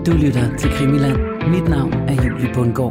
Du lytter til Krimiland. Mit navn er Julie Bundgaard.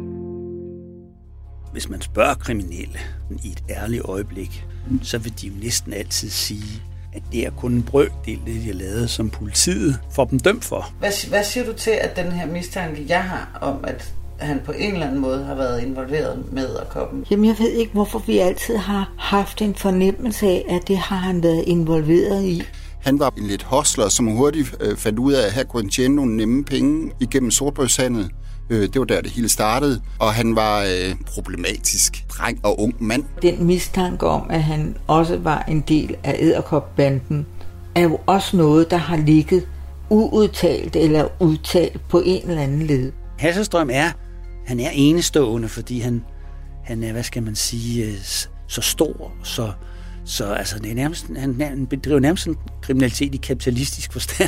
Hvis man spørger kriminelle i et ærligt øjeblik, så vil de jo næsten altid sige, at det er kun en brøkdel, det de har lavet, som politiet får dem dømt for. Hvad siger du til, at den her mistanke, jeg har om, at han på en eller anden måde har været involveret med Edderkoppen? Jamen, jeg ved ikke, hvorfor vi altid har haft en fornemmelse af, at det har han været involveret i. Han var en lidt hostler, som hurtigt fandt ud af, at her kunne han tjene nogle nemme penge igennem sortbørshandel. Det var der, det hele startede, og han var problematisk dreng og ung mand. Den mistanke om, at han også var en del af Edderkop-banden, er jo også noget, der har ligget uudtalt eller udtalt på en eller anden led. Hasselstrøm er enestående, fordi han er, hvad skal man sige, så stor, så altså, det er nærmest, han bedriver nærmest en kriminalitet i kapitalistisk forstand.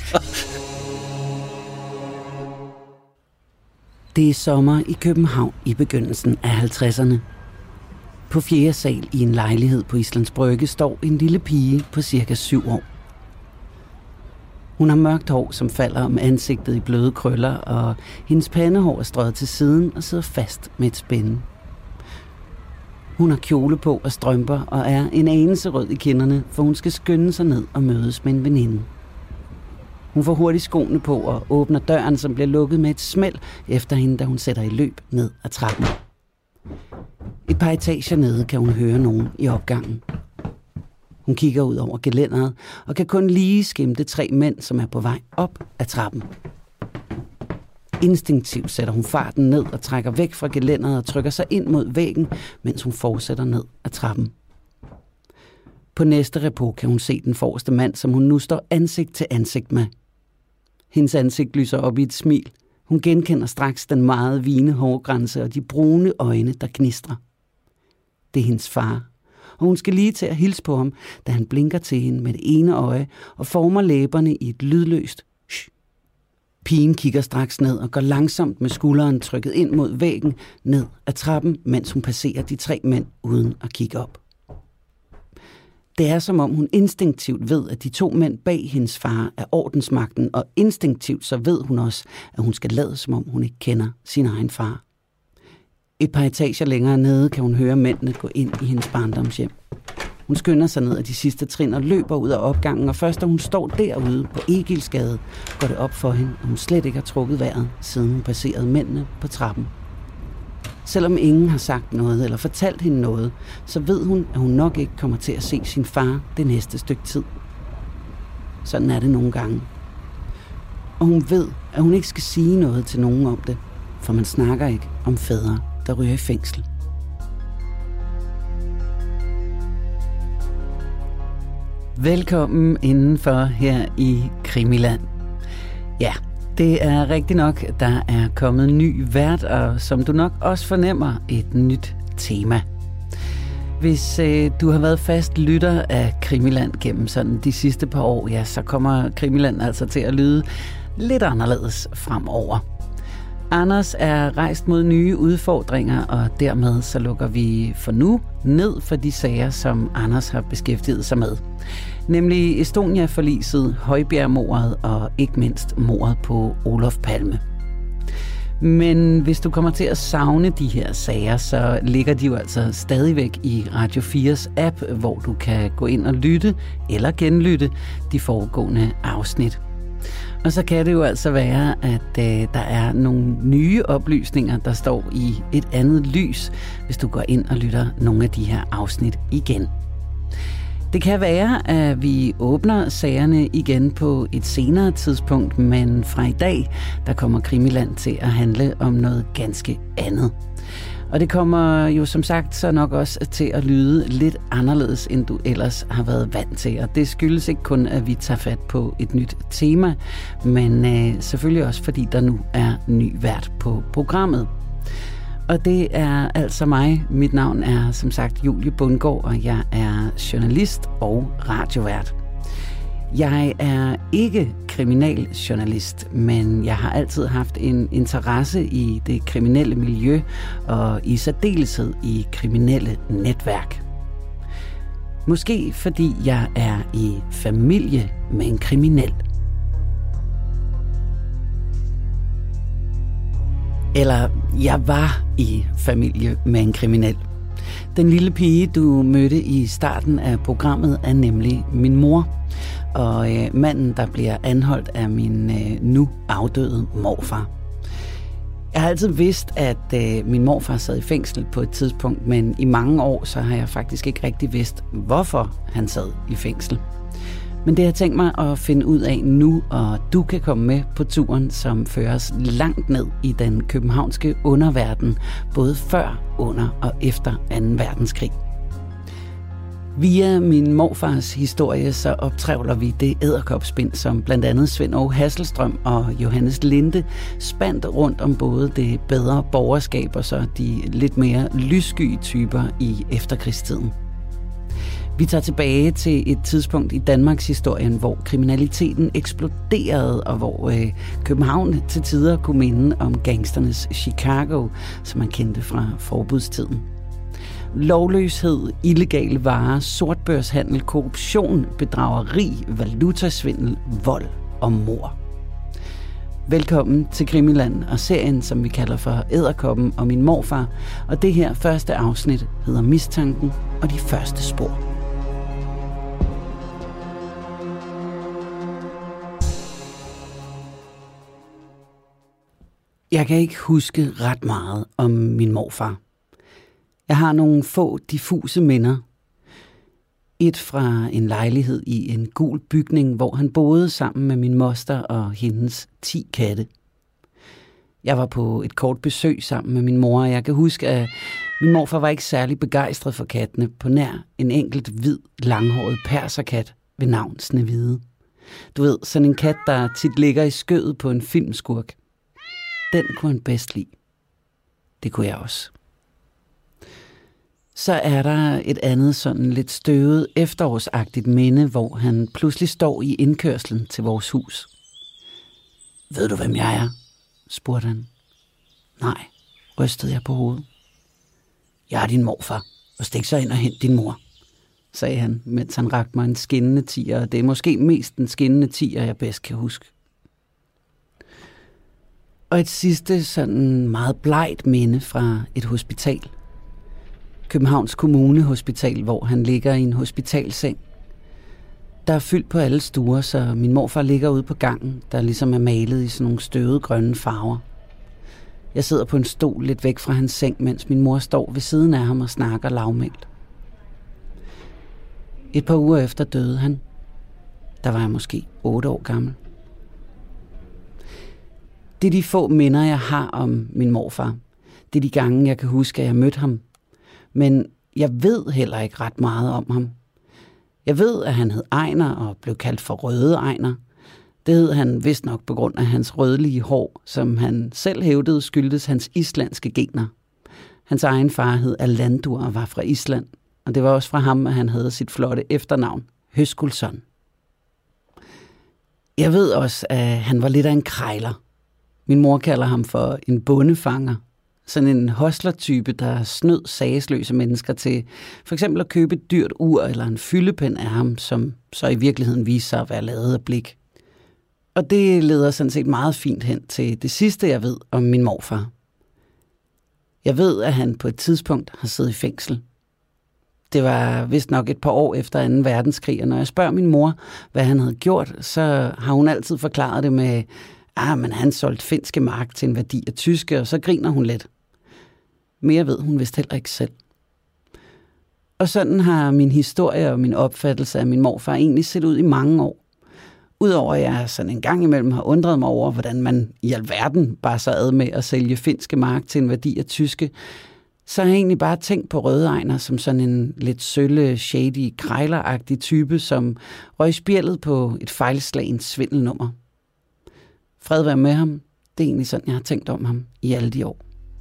Det er sommer i København i begyndelsen af 50'erne. På 4. sal i en lejlighed på Islands Brygge står en lille pige på cirka 7 år. Hun har mørkt hår, som falder om ansigtet i bløde krøller, og hendes pandehår er strøget til siden og sidder fast med et spænde. Hun har kjole på og strømper og er en anelse rød i kinderne, for hun skal skynde sig ned og mødes med en veninde. Hun får hurtigt skoene på og åbner døren, som bliver lukket med et smæld efter hende, da hun sætter i løb ned ad trappen. Et par etager nede kan hun høre nogen i opgangen. Hun kigger ud over gelænderet og kan kun lige skimte 3 mænd, som er på vej op ad trappen. Instinktivt sætter hun farten ned og trækker væk fra gelænderet og trykker sig ind mod væggen, mens hun fortsætter ned ad trappen. På næste repos kan hun se den forreste mand, som hun nu står ansigt til ansigt med. Hendes ansigt lyser op i et smil. Hun genkender straks den meget vine hårgrænse og de brune øjne, der gnistrer. Det er hendes far, og hun skal lige til at hilse på ham, da han blinker til hende med det ene øje og former læberne i et lydløst shh. Pigen kigger straks ned og går langsomt med skulderen trykket ind mod væggen ned ad trappen, mens hun passerer de 3 mænd uden at kigge op. Det er som om hun instinktivt ved, at de 2 mænd bag hendes far er ordensmagten, og instinktivt så ved hun også, at hun skal lade som om hun ikke kender sin egen far. Et par etager længere nede kan hun høre mændene gå ind i hendes barndomshjem. Hun skynder sig ned ad de sidste trin og løber ud af opgangen, og først da hun står derude på Egilsgade, går det op for hende, at hun slet ikke har trukket vejret, siden hun passerede mændene på trappen. Selvom ingen har sagt noget eller fortalt hende noget, så ved hun, at hun nok ikke kommer til at se sin far det næste stykke tid. Sådan er det nogle gange. Og hun ved, at hun ikke skal sige noget til nogen om det, for man snakker ikke om fædre, der ryger i fængsel. Velkommen indenfor her i Krimiland. Ja, det er rigtigt nok, der er kommet en ny vært, og som du nok også fornemmer, et nyt tema. Hvis du har været fast lytter af Krimiland gennem sådan de sidste par år, ja, så kommer Krimiland altså til at lyde lidt anderledes fremover. Anders er rejst mod nye udfordringer, og dermed så lukker vi for nu ned for de sager, som Anders har beskæftiget sig med. Nemlig Estonia-forliset, Højbjerg-mordet og ikke mindst mordet på Olof Palme. Men hvis du kommer til at savne de her sager, så ligger de jo altså stadigvæk i Radio 4's app, hvor du kan gå ind og lytte eller genlytte de foregående afsnit. Og så kan det jo altså være, at der er nogle nye oplysninger, der står i et andet lys, hvis du går ind og lytter nogle af de her afsnit igen. Det kan være, at vi åbner sagerne igen på et senere tidspunkt, men fra i dag, der kommer Krimiland til at handle om noget ganske andet. Og det kommer jo som sagt så nok også til at lyde lidt anderledes, end du ellers har været vant til. Og det skyldes ikke kun, at vi tager fat på et nyt tema, men selvfølgelig også, fordi der nu er ny vært på programmet. Og det er altså mig. Mit navn er som sagt Julie Bundgaard, og jeg er journalist og radiovært. Jeg er ikke kriminaljournalist, men jeg har altid haft en interesse i det kriminelle miljø og i særdeleshed i kriminelle netværk. Måske fordi jeg er i familie med en kriminel. Eller jeg var i familie med en kriminel. Den lille pige, du mødte i starten af programmet, er nemlig min mor. Og manden, der bliver anholdt, er min nu afdøde morfar. Jeg har altid vidst, at min morfar sad i fængsel på et tidspunkt, men i mange år så har jeg faktisk ikke rigtig vidst, hvorfor han sad i fængsel. Men det har jeg tænkt mig at finde ud af nu, og du kan komme med på turen, som fører os langt ned i den københavnske underverden, både før, under og efter 2. verdenskrig. Via min morfars historie så optrævler vi det edderkopspind, som blandt andet Svend Åge Hasselstrøm og Johannes Linde spandt rundt om både det bedre borgerskab og så de lidt mere lyssky typer i efterkrigstiden. Vi tager tilbage til et tidspunkt i Danmarks historien, hvor kriminaliteten eksploderede, og hvor København til tider kunne minde om gangsternes Chicago, som man kendte fra forbudstiden. Lovløshed, illegale varer, sortbørshandel, korruption, bedrageri, valutasvindel, vold og mord. Velkommen til Krimiland og serien, som vi kalder for Edderkoppen og min morfar. Og det her første afsnit hedder Mistanken og de første spor. Jeg kan ikke huske ret meget om min morfar. Jeg har nogle få diffuse minder. Et fra en lejlighed i en gul bygning, hvor han boede sammen med min moster og hendes 10 katte. Jeg var på et kort besøg sammen med min mor, og jeg kan huske, at min morfar var ikke særlig begejstret for kattene, på nær en enkelt hvid, langhåret perserkat ved navn Snehvide. Du ved, sådan en kat, der tit ligger i skødet på en filmskurk. Den kunne han bedst lide. Det kunne jeg også. Så er der et andet sådan lidt støvet efterårsagtigt minde, hvor han pludselig står i indkørslen til vores hus. Ved du, hvem jeg er? Spurgte han. Nej, rystede jeg på hovedet. Jeg er din morfar, og stik så ind og hent din mor, sagde han, mens han rakte mig en skinnende tier, og det er måske mest den skinnende tier, jeg bedst kan huske. Og et sidste sådan meget blegt minde fra et hospital. Københavns Kommunehospital, hvor han ligger i en hospitalseng. Der er fyldt på alle stuer, så min morfar ligger ude på gangen, der ligesom er malet i sådan nogle støvede grønne farver. Jeg sidder på en stol lidt væk fra hans seng, mens min mor står ved siden af ham og snakker lavmælt. Et par uger efter døde han. Der var jeg måske 8 år gammel. Det er de få minder, jeg har om min morfar. Det er de gange, jeg kan huske, at jeg mødte ham. Men jeg ved heller ikke ret meget om ham. Jeg ved, at han hed Ejner og blev kaldt for Røde Ejner. Det hed han vist nok på grund af hans rødlige hår, som han selv hævdede skyldtes hans islandske gener. Hans egen far hed Alandur og var fra Island, og det var også fra ham, at han havde sit flotte efternavn, Høskulsson. Jeg ved også, at han var lidt af en krejler. Min mor kalder ham for en bondefanger. Sådan en hostlertype, der snød sagesløse mennesker til for eksempel at købe et dyrt ur eller en fyldepen af ham, som så i virkeligheden viser sig at være lavet af blik. Og det leder sådan set meget fint hen til det sidste, jeg ved om min morfar. Jeg ved, at han på et tidspunkt har siddet i fængsel. Det var vist nok et par år efter 2. verdenskrig, og når jeg spørger min mor, hvad han havde gjort, så har hun altid forklaret det med, men han solgte finske mark til en værdi af tyske, og så griner hun lidt. Mere ved hun vist heller ikke selv. Og sådan har min historie og min opfattelse af min morfar egentlig set ud i mange år. Udover at jeg sådan en gang imellem har undret mig over, hvordan man i alverden bare så ad med at sælge finske mark til en værdi af tyske, så har jeg egentlig bare tænkt på Røde Ejner som sådan en lidt sølle, shady, krejleragtig type, som røg spjældet på et fejlslagent svindelnummer. Fred være med ham. Det er egentlig sådan, jeg har tænkt om ham i alle de år.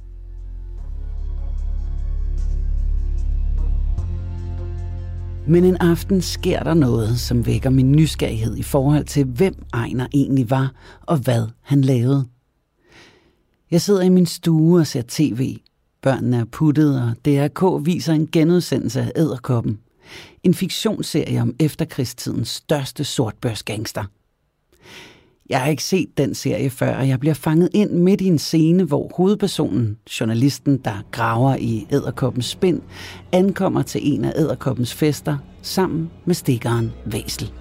Men en aften sker der noget, som vækker min nysgerrighed i forhold til, hvem Ejner egentlig var, og hvad han lavede. Jeg sidder i min stue og ser tv. Børnene er puttet, og DRK viser en genudsendelse af Edderkoppen. En fiktionsserie om efterkrigstidens største sortbørsgangster. Jeg har ikke set den serie før, og jeg bliver fanget ind midt i en scene, hvor hovedpersonen, journalisten, der graver i edderkoppens spind, ankommer til en af edderkoppens fester sammen med stikkeren Væsel.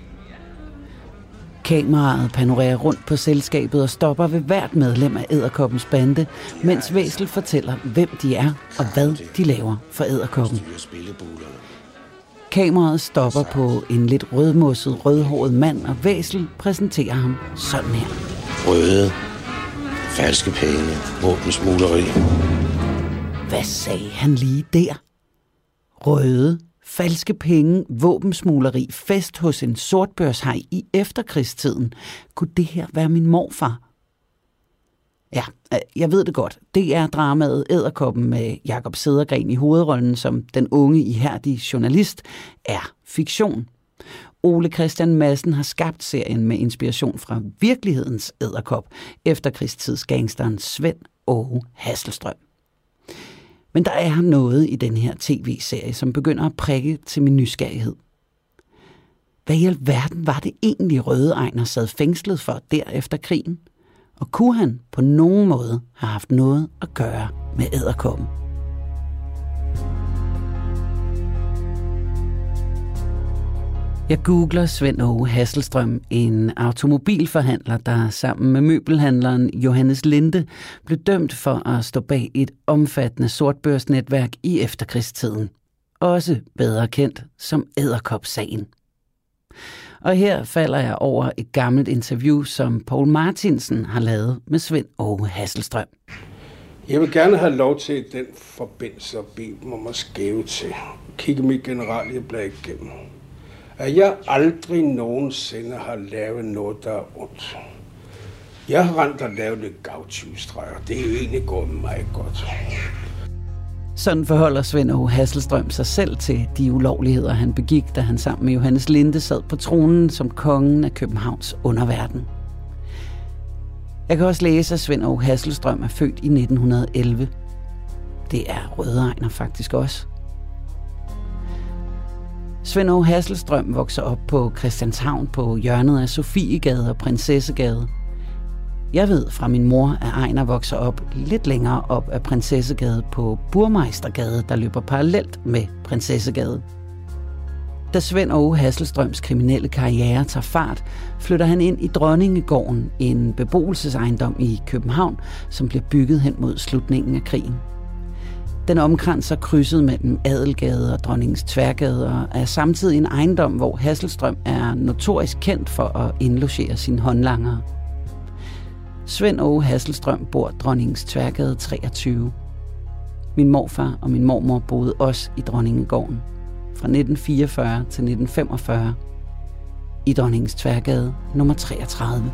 Kameraet panorerer rundt på selskabet og stopper ved hvert medlem af edderkoppens bande, mens Væsel fortæller, hvem de er og hvad de laver for edderkoppen. Kameraet stopper på en lidt rødmosset, rødhåret mand, og Væsel præsenterer ham sådan her. Røde, falske penge, våbensmugleri. Hvad sagde han lige der? Røde, falske penge, våbensmugleri, fest hos en sortbørshaj i efterkrigstiden. Kunne det her være min morfar? Ja, jeg ved det godt. Det er dramaet Edderkoppen med Jakob Cedergren i hovedrollen som den unge, ihærdige journalist, er fiktion. Ole Christian Madsen har skabt serien med inspiration fra virkelighedens edderkop, efterkrigstidsgangsteren Svend Åge Hasselstrøm. Men der er noget i den her tv-serie, som begynder at prikke til min nysgerrighed. Hvad i alverden var det egentlig Røde Ejner sad fængslet for der efter krigen? Og kunne han på nogen måde have haft noget at gøre med edderkoppen? Jeg googler Svend Åge Hasselstrøm, en automobilforhandler, der sammen med møbelhandleren Johannes Linde blev dømt for at stå bag et omfattende sortbørsnetværk i efterkrigstiden. Også bedre kendt som Edderkop-sagen. Og her falder jeg over et gammelt interview, som Poul Martinsen har lavet med Svend Åge Hasselstrøm. Jeg vil gerne have lov til den forbindelse at bede dem om at skæve til. Kigge mit generalieblad igennem. At jeg aldrig nogensinde har lavet noget, der er ondt. Jeg har rent at lave lidt gavtyvstreger. Det er jo egentlig gået meget godt. Sådan forholder Svend Åge Hasselstrøm sig selv til de ulovligheder, han begik, da han sammen med Johannes Linde sad på tronen som kongen af Københavns underverden. Jeg kan også læse, at Svend Åge Hasselstrøm er født i 1911. Det er Røde Ejner faktisk også. Svend Åge Hasselstrøm vokser op på Christianshavn på hjørnet af Sofiegade og Prinsessegade. Jeg ved fra min mor, at Ejner vokser op lidt længere op af Prinsessegade på Burmeistergade, der løber parallelt med Prinsessegade. Da Svend Åge Hasselstrøms kriminelle karriere tager fart, flytter han ind i Dronningegården, en beboelsesejendom i København, som bliver bygget hen mod slutningen af krigen. Den omkranser krydset mellem Adelgade og Dronningens Tværgade og er samtidig en ejendom, hvor Hasselstrøm er notorisk kendt for at indlogere sine håndlangere. Svend Åge Hasselstrøm bor Dronningens Tværgade 23. Min morfar og min mormor boede også i Dronningegården fra 1944 til 1945 i Dronningens Tværgade nummer 33.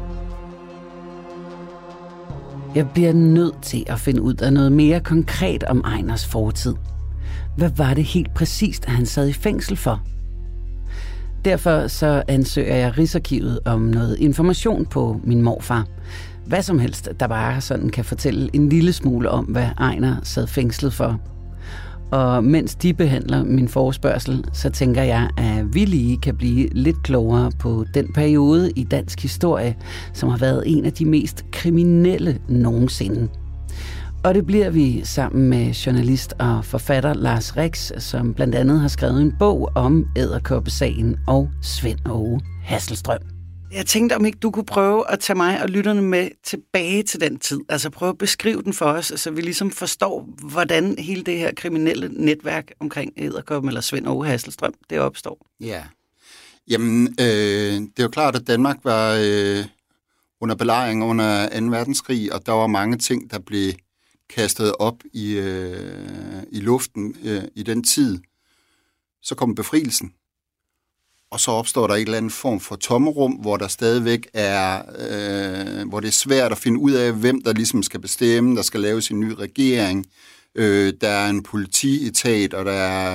Jeg bliver nødt til at finde ud af noget mere konkret om Ejners fortid. Hvad var det helt præcist, at han sad i fængsel for? Derfor så ansøger jeg Rigsarkivet om noget information på min morfar. Hvad som helst, der bare sådan kan fortælle en lille smule om, hvad Ejner sad fængslet for. Og mens de behandler min forespørgsel, så tænker jeg, at vi lige kan blive lidt klogere på den periode i dansk historie, som har været en af de mest kriminelle nogensinde. Og det bliver vi sammen med journalist og forfatter Lars Rix, som blandt andet har skrevet en bog om Edderkoppesagen og Svend Åge Hasselstrøm. Jeg tænkte, om ikke du kunne prøve at tage mig og lytterne med tilbage til den tid. Altså prøve at beskrive den for os, så vi ligesom forstår, hvordan hele det her kriminelle netværk omkring Edderkoppen eller Svend Åge Hasselstrøm, det opstår. Ja. Jamen, det er jo klart, at Danmark var under belejring under 2. verdenskrig, og der var mange ting, der blev kastet op i luften i den tid. Så kom befrielsen. Og så opstår der en eller anden form for tommerum, hvor der stadigvæk er, hvor det er svært at finde ud af, hvem der ligesom skal bestemme, der skal laves en ny regering. Der er en politietat, og der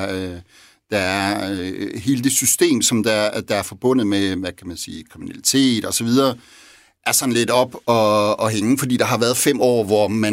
er hele det system, som der er forbundet med, hvad kan man sige, kriminalitet og så videre, er sådan lidt op og hænge, fordi der har været 5 år,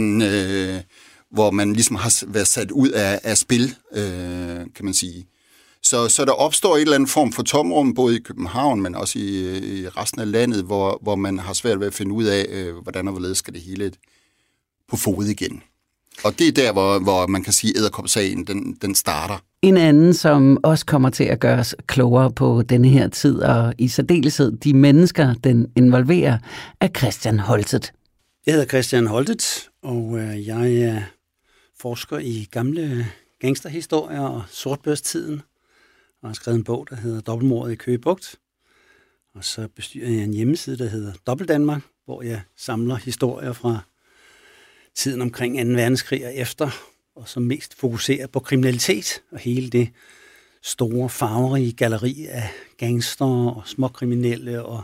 hvor man ligesom har været sat ud af spil, kan man sige. Så der opstår et eller andet form for tomrum, både i København, men også i resten af landet, hvor man har svært ved at finde ud af, hvordan og hvorledes skal det hele på fod igen. Og det er der, hvor man kan sige, at edderkopsagen, den starter. En anden, som også kommer til at gøre os klogere på denne her tid, og i særdeleshed de mennesker, den involverer, er Christian Holtet. Jeg hedder Christian Holtet, og jeg er forsker i gamle gangsterhistorier og sortbørstiden, og har skrevet en bog, der hedder Dobbeltmordet i Køge Bugt. Og så bestyrer jeg en hjemmeside, der hedder Dobbeltdanmark, hvor jeg samler historier fra tiden omkring 2. verdenskrig og efter, og som mest fokuserer på kriminalitet og hele det store, farverige galleri af gangster og småkriminelle og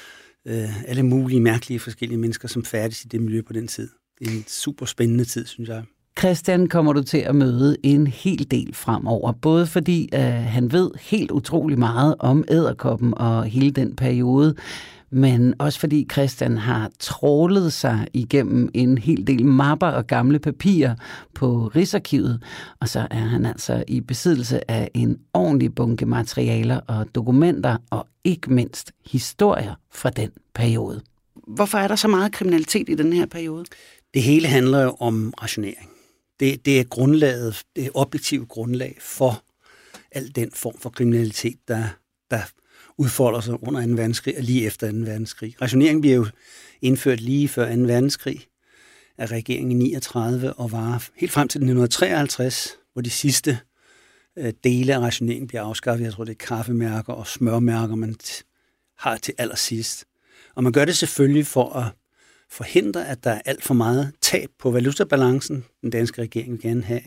alle mulige mærkelige forskellige mennesker, som færdes i det miljø på den tid. Det er en super spændende tid, synes jeg. Christian kommer du til at møde en hel del fremover, både fordi han ved helt utrolig meget om edderkoppen og hele den periode, men også fordi Christian har trålet sig igennem en hel del mapper og gamle papirer på Rigsarkivet, og så er han altså i besiddelse af en ordentlig bunke materialer og dokumenter, og ikke mindst historier fra den periode. Hvorfor er der så meget kriminalitet i den her periode? Det hele handler jo om rationering. Det er grundlaget, det er objektivt grundlag for al den form for kriminalitet, der udfolder sig under 2. verdenskrig og lige efter 2. verdenskrig. Rationering bliver jo indført lige før 2. verdenskrig af regeringen i 39 og var helt frem til 1953, hvor de sidste dele af rationeringen bliver afskaffet. Jeg tror, det er kaffemærker og smørmærker, man har til allersidst. Og man gør det selvfølgelig for at forhindre, at der er alt for meget tab på valutabalancen. Den danske regering vil gerne have,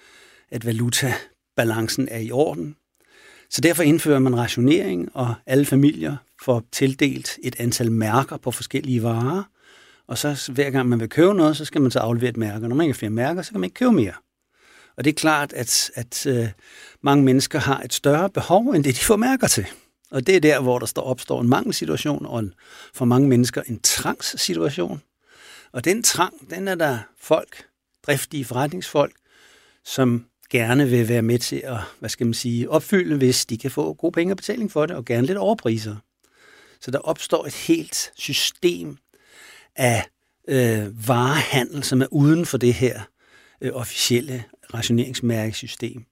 at valutabalancen er i orden. Så derfor indfører man rationering, og alle familier får tildelt et antal mærker på forskellige varer. Og så hver gang man vil købe noget, så skal man så aflevere et mærke. Når man ikke har flere mærker, så kan man ikke købe mere. Og det er klart, at mange mennesker har et større behov, end det de får mærker til. Og det er der, hvor der opstår en mangelsituation, og for mange mennesker en trangssituation. Og den trang, den er der folk, driftige forretningsfolk, som gerne vil være med til at, opfylde, hvis de kan få gode penge og betaling for det, og gerne lidt overpriser. Så der opstår et helt system af varehandel, som er uden for det her officielle rationeringsmærkesystem.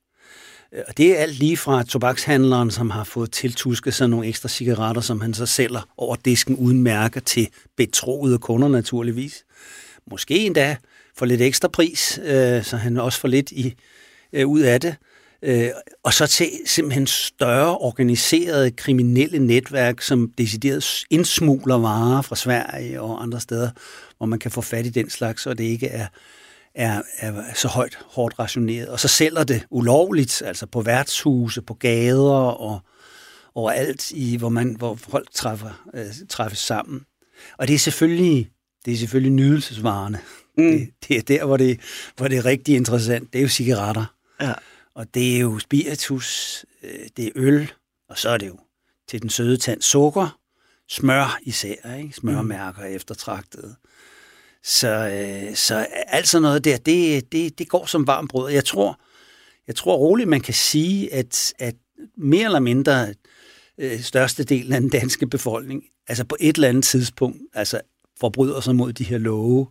Og det er alt lige fra tobakshandleren, som har fået tiltusket sig nogle ekstra cigaretter, som han så sælger over disken uden mærker til betroede kunder naturligvis. Måske endda for lidt ekstra pris, så han også får lidt ud af det. Og så til simpelthen større organiserede kriminelle netværk, som decideret indsmugler varer fra Sverige og andre steder, hvor man kan få fat i den slags, og det ikke er så hårdt rationeret. Og så sælger det ulovligt, altså på værtshuse, på gader og overalt, hvor folk træffes sammen. Og det er selvfølgelig nydelsesvarerne. Det er der, hvor det er rigtig interessant. Det er jo cigaretter. Ja. Og det er jo spiritus, det er øl, og så er det jo til den søde tand sukker, smør især, ikke? Smørmærker eftertragtede. Så alt sådan noget der, det går som varmt brød. Jeg tror roligt, man kan sige, at mere eller mindre størstedelen af den danske befolkning, altså på et eller andet tidspunkt, altså forbryder sig mod de her love.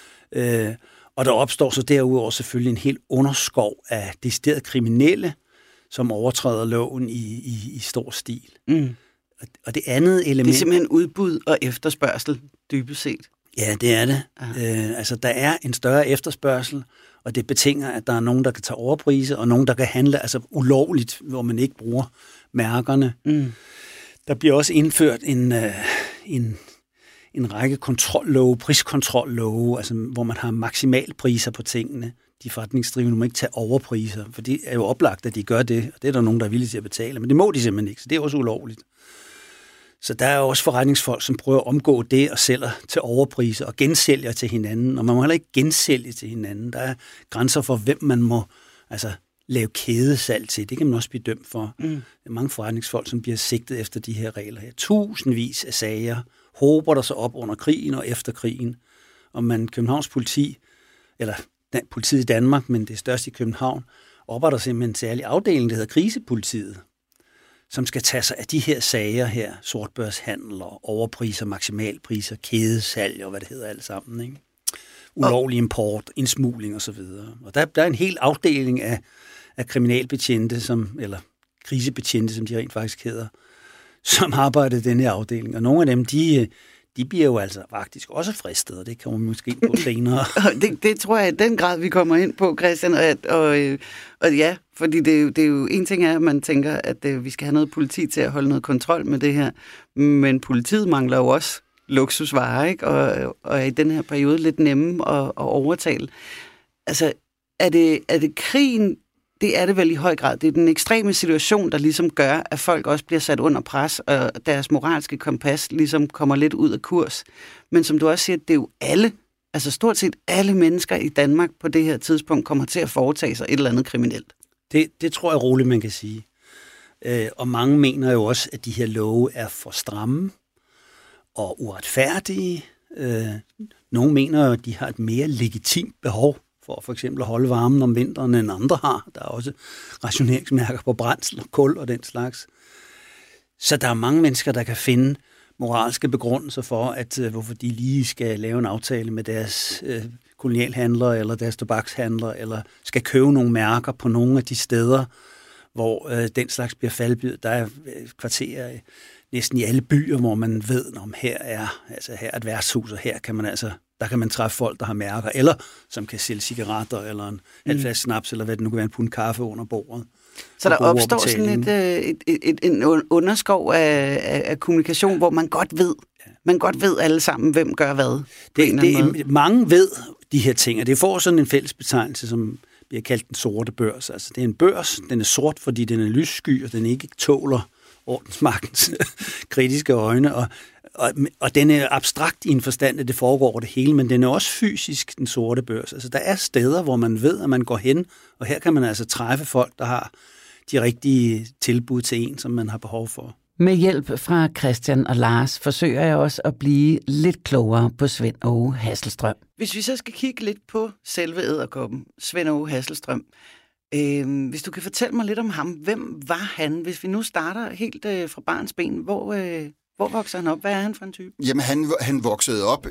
Og der opstår så derudover selvfølgelig en helt underskov af decideret kriminelle, som overtræder loven i stor stil. Mm. Og det andet element... Det er simpelthen udbud og efterspørgsel, dybest set. Ja, det er det. Altså, der er en større efterspørgsel, og det betinger, at der er nogen, der kan tage overpriser, og nogen, der kan handle altså ulovligt, hvor man ikke bruger mærkerne. Mm. Der bliver også indført en række kontrollove, priskontrollove, altså, hvor man har maksimalpriser på tingene. De forretningsdrivende må ikke tage overpriser, for det er jo oplagt, at de gør det, og det er der nogen, der er villige til at betale, men det må de simpelthen ikke, så det er også ulovligt. Så der er også forretningsfolk, som prøver at omgå det og sælger til overpriser og gensælger til hinanden, og man må heller ikke gensælge til hinanden. Der er grænser for, hvem man må lave kædesalg til. Det kan man også blive dømt for. Mm. Der er mange forretningsfolk, som bliver sigtet efter de her regler her. Tusindvis af sager håber der sig op under krigen og efter krigen. Og Københavns politi, eller politiet i Danmark, men det største i København, opretter simpelthen en særlig afdeling, der hedder Krisepolitiet, som skal tage sig af de her sager her, sortbørshandel og overpriser, maksimalpriser, kædesalg og hvad det hedder alt sammen, ikke? Ulovlig import, indsmugling osv. Og der er en hel afdeling af kriminalbetjente, eller krisebetjente, som de rent faktisk hedder, som arbejder i denne her afdeling. Og nogle af dem, de bliver jo altså faktisk også fristet, og det kommer vi måske på senere. det tror jeg i den grad, vi kommer ind på, Christian. Og ja, fordi det er jo en ting er, at man tænker, at vi skal have noget politi til at holde noget kontrol med det her. Men politiet mangler jo også luksusvarer, ikke? Og er i den her periode lidt nemme at overtale. Altså, er det krigen? Det er det vel i høj grad. Det er den ekstreme situation, der ligesom gør, at folk også bliver sat under pres, og deres moralske kompas ligesom kommer lidt ud af kurs. Men som du også siger, det er jo alle, altså stort set alle mennesker i Danmark på det her tidspunkt kommer til at foretage sig et eller andet kriminelt. Det tror jeg roligt, man kan sige. Og mange mener jo også, at de her love er for stramme og uretfærdige. Nogle mener, at de har et mere legitimt behov for eksempel at holde varmen om vinteren, end andre har. Der er også rationeringsmærker på brændsel og kul og den slags. Så der er mange mennesker, der kan finde moralske begrundelser for, at hvorfor de lige skal lave en aftale med deres kolonialhandlere eller deres tobakshandlere, eller skal købe nogle mærker på nogle af de steder, hvor den slags bliver faldbydet. Der er kvarterer næsten i alle byer, hvor man ved, om her er et værtshus, og her kan man der kan man træffe folk, der har mærker, eller som kan sælge cigaretter, eller en halv flaske snaps, eller hvad det nu kan være, en pund kaffe under bordet. Så der opstår sådan en underskov af kommunikation, hvor man godt ved alle sammen, hvem gør hvad. Mange ved de her ting, og det får sådan en fælles betegnelse, som bliver kaldt den sorte børs. Altså, det er en børs, den er sort, fordi den er lyssky, og den ikke tåler ordensmagtens kritiske øjne, og den er abstrakt i en forstand, at det foregår over det hele, men den er også fysisk, den sorte børs. Altså, der er steder, hvor man ved, at man går hen, og her kan man altså træffe folk, der har de rigtige tilbud til en, som man har behov for. Med hjælp fra Christian og Lars forsøger jeg også at blive lidt klogere på Svend Åge Hasselstrøm. Hvis vi så skal kigge lidt på selve edderkoppen, Svend Åge Hasselstrøm, hvis du kan fortælle mig lidt om ham, hvem var han? Hvis vi nu starter helt fra barnsben, hvor vokser han op? Hvad er han for en type? Jamen, han voksede op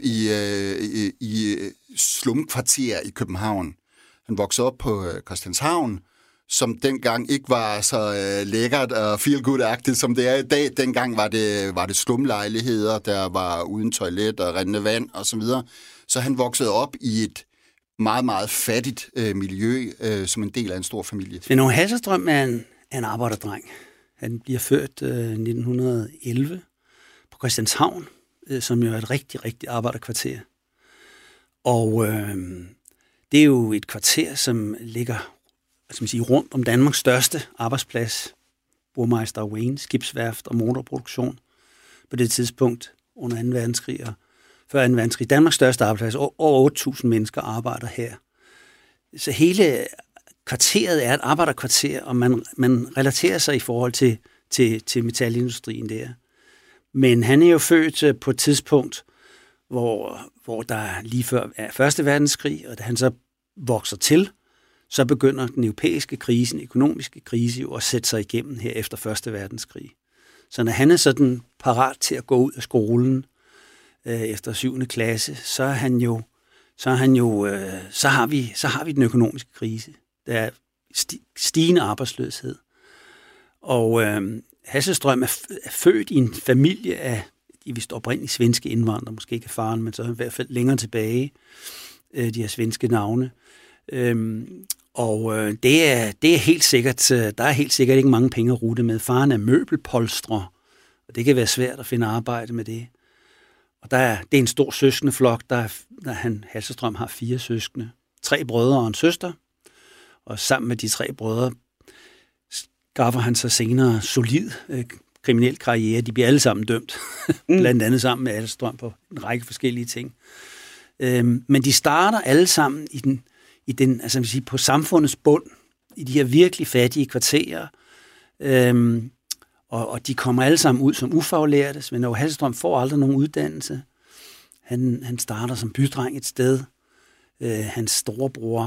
i slumkvarter i København. Han voksede op på Christianshavn, som dengang ikke var så lækkert og feel-good-agtigt, som det er i dag. Dengang var det slumlejligheder, der var uden toilet og rindende vand og så videre. Så han voksede op i et meget, meget fattigt miljø, som en del af en stor familie. Svend Åge Hasselstrøm er en arbejderdreng. Han bliver født 1911 på Christianshavn, som jo er et rigtig, rigtig arbejderkvarter. Og det er jo et kvarter, som ligger rundt om Danmarks største arbejdsplads, Burmeister og Wain, skibsværft og motorproduktion på det tidspunkt under 2. verdenskrig og før 2. verdenskrig. Danmarks største arbejdsplads, over 8.000 mennesker arbejder her. Så hele kvarteret er et arbejderkvarter, og man relaterer sig i forhold til metalindustrien der. Men han er jo født på et tidspunkt, hvor der lige før er 1. verdenskrig, og da han så vokser til, så begynder den europæiske krise, den økonomiske krise, jo at sætte sig igennem her efter 1. verdenskrig. Så når han er sådan parat til at gå ud af skolen efter 7. klasse, så har vi den økonomiske krise. Der er stigende arbejdsløshed. Og Hasselstrøm er født i en familie af de vist oprindeligt svenske indvandrere, måske ikke faren, men så i hvert fald længere tilbage, de her svenske navne. Det er helt sikkert, der er helt sikkert ikke mange penge at rute med. Faren er møbelpolstrer, og det kan være svært at finde arbejde med det. Og det er en stor søskendeflok, Hasselstrøm har 4 søskende, 3 brødre og en søster, og sammen med de 3 brødre skaffer han sig senere solid kriminel karriere. De bliver alle sammen dømt, blandt andet sammen med Hasselstrøm på en række forskellige ting. Men de starter alle sammen i den, altså på samfundets bund, i de her virkelig fattige kvarterer, og de kommer alle sammen ud som ufaglærte. Svend Åge Hasselstrøm får aldrig nogen uddannelse. Han starter som bydreng et sted. Hans storebror